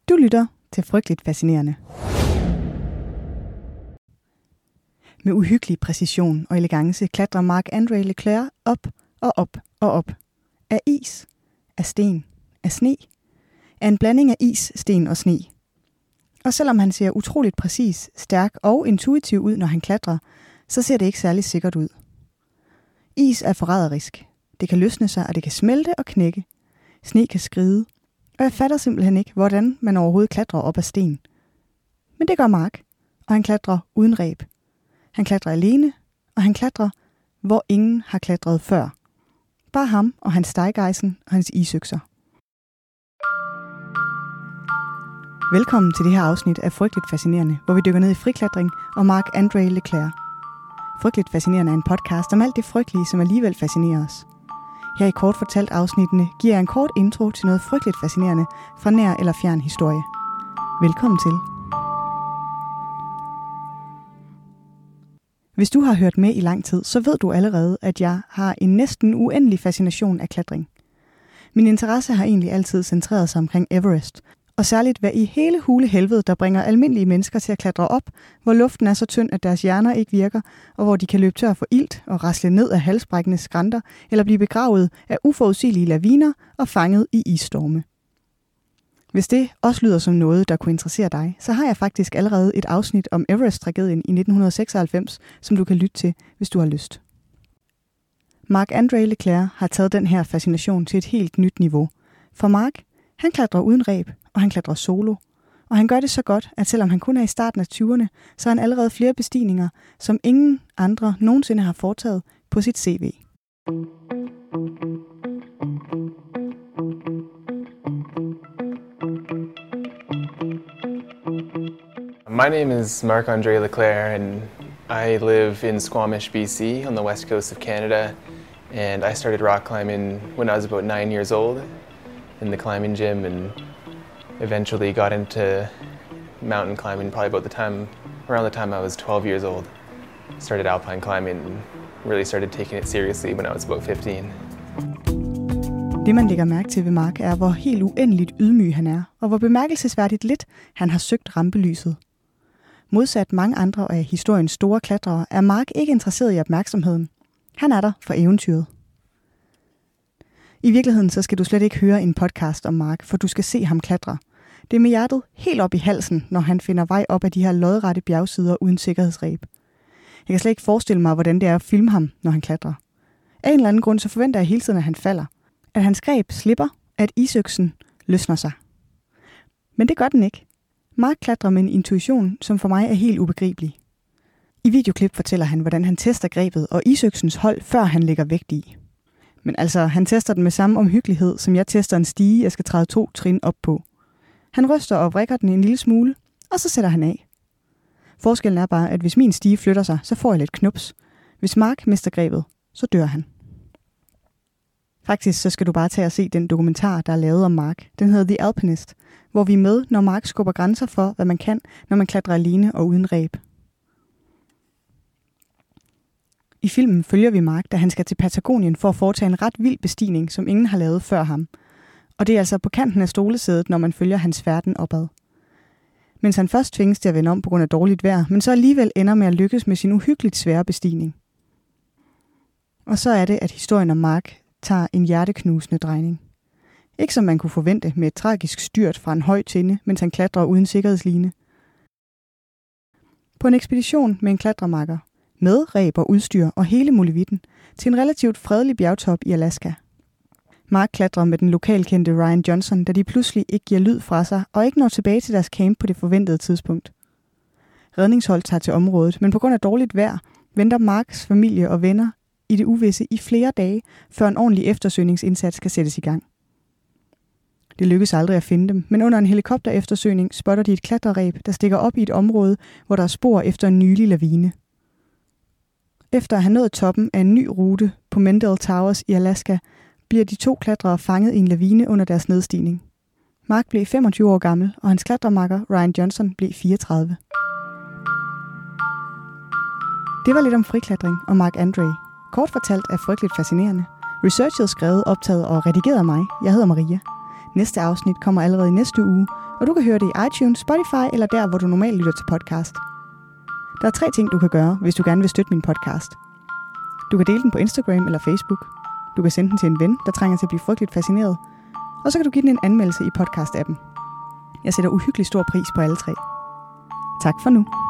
Du lytter til Frygteligt Fascinerende. Med uhyggelig præcision og elegance klatrer Marc-André Leclerc op og op og op. Af is, af sten, af sne. Af en blanding af is, sten og sne. Og selvom han ser utroligt præcis, stærk og intuitiv ud, når han klatrer, så ser det ikke særlig sikkert ud. Is er forræderisk. Det kan løsne sig, og det kan smelte og knække. Sne kan skride. Og jeg fatter simpelthen ikke, hvordan man overhovedet klatrer op ad sten. Men det gør Mark, og han klatrer uden reb. Han klatrer alene, og han klatrer, hvor ingen har klatret før. Bare ham og hans Steigeisen og hans isøkser. Velkommen til det her afsnit af Frygteligt Fascinerende, hvor vi dykker ned i friklatring og Marc-André Leclerc. Frygteligt Fascinerende er en podcast om alt det frygtelige, som alligevel fascinerer os. Her i kort fortalt afsnittene giver jeg en kort intro til noget frygteligt fascinerende fra nær eller fjern historie. Velkommen til. Hvis du har hørt med i lang tid, så ved du allerede, at jeg har en næsten uendelig fascination af klatring. Min interesse har egentlig altid centreret sig omkring Everest, og særligt hvad i hele hulehelvede, der bringer almindelige mennesker til at klatre op, hvor luften er så tynd, at deres hjerner ikke virker, og hvor de kan løbe tør for ilt og rasle ned af halsbrækkende skrænter, eller blive begravet af uforudsigelige laviner og fanget i isstorme. Hvis det også lyder som noget, der kunne interessere dig, så har jeg faktisk allerede et afsnit om Everest-tragedien i 1996, som du kan lytte til, hvis du har lyst. Marc-André Leclerc har taget den her fascination til et helt nyt niveau. For Marc, han klatrer uden reb, og han klatrer solo. Og han gør det så godt, at selvom han kun er i starten af 20'erne, så har han allerede flere bestigninger, som ingen andre nogensinde har foretaget på sit CV. My name is Marc-André Leclerc, and I live in Squamish, BC, on the west coast of Canada. And I started rock climbing when I was about 9 years old in the climbing gym, and eventually got into mountain climbing probably around the time I was 12 years old. Started alpine climbing and really started taking it seriously when I was about 15. Det man lægger mærke til ved Mark er, hvor helt uendeligt ydmyg han er, og hvor bemærkelsesværdigt lidt han har søgt rampelyset. Modsat mange andre af historiens store klatrere, er Mark ikke interesseret i opmærksomheden. Han er der for eventyret. I virkeligheden så skal du slet ikke høre en podcast om Mark, for du skal se ham klatre. Det er med hjertet helt op i halsen, når han finder vej op ad de her lodrette bjergsider uden sikkerhedsreb. Jeg kan slet ikke forestille mig, hvordan det er at filme ham, når han klatrer. Af en eller anden grund så forventer jeg hele tiden, at han falder. At hans greb slipper, at isøksen løsner sig. Men det gør den ikke. Mark klatrer med en intuition, som for mig er helt ubegribelig. I videoklip fortæller han, hvordan han tester grebet og isøksens hold, før han lægger vægt i. Men altså, han tester den med samme omhyggelighed, som jeg tester en stige, jeg skal træde 2 trin op på. Han ryster og vrikker den en lille smule, og så sætter han af. Forskellen er bare, at hvis min stige flytter sig, så får jeg lidt knups. Hvis Mark mister grebet, så dør han. Faktisk så skal du bare tage og se den dokumentar, der er lavet om Mark. Den hedder The Alpinist, hvor vi er med, når Mark skubber grænser for, hvad man kan, når man klatrer alene og uden reb. I filmen følger vi Mark, da han skal til Patagonien for at foretage en ret vild bestigning, som ingen har lavet før ham. Og det er altså på kanten af stolesædet, når man følger hans færden opad. Mens han først tvinges til at vende om på grund af dårligt vejr, men så alligevel ender med at lykkes med sin uhyggeligt svære bestigning. Og så er det, at historien om Mark tager en hjerteknusende drejning. Ikke som man kunne forvente med et tragisk styrt fra en høj tinde, mens han klatrer uden sikkerhedsline. På en ekspedition med en klatremakker, med reb og udstyr og hele muligheden, til en relativt fredelig bjergtop i Alaska. Mark klatrer med den lokalkendte Ryan Johnson, da de pludselig ikke giver lyd fra sig og ikke når tilbage til deres camp på det forventede tidspunkt. Redningshold tager til området, men på grund af dårligt vejr venter Marks familie og venner i det uvisse i flere dage, før en ordentlig eftersøgningsindsats kan sættes i gang. Det lykkes aldrig at finde dem, men under en helikoptereftersøgning spotter de et klatrereb, der stikker op i et område, hvor der er spor efter en nylig lavine. Efter at have nået toppen af en ny rute på Mendel Towers i Alaska, bliver de 2 klatrere fanget i en lavine under deres nedstigning. Mark blev 25 år gammel, og hans klatremakker Ryan Johnson blev 34. Det var lidt om friklatring og Marc-André. Kort fortalt er frygteligt fascinerende. Researchet skrevet, optaget og redigeret af mig. Jeg hedder Maria. Næste afsnit kommer allerede i næste uge, Og du kan høre det i iTunes, Spotify eller der, hvor du normalt lytter til podcast. Der er 3 ting, du kan gøre, hvis du gerne vil støtte min podcast. Du kan dele den på Instagram eller Facebook. Du kan sende den til en ven, der trænger til at blive frygteligt fascineret. Og så kan du give den en anmeldelse i podcast-appen. Jeg sætter uhyggelig stor pris på alle 3. Tak for nu.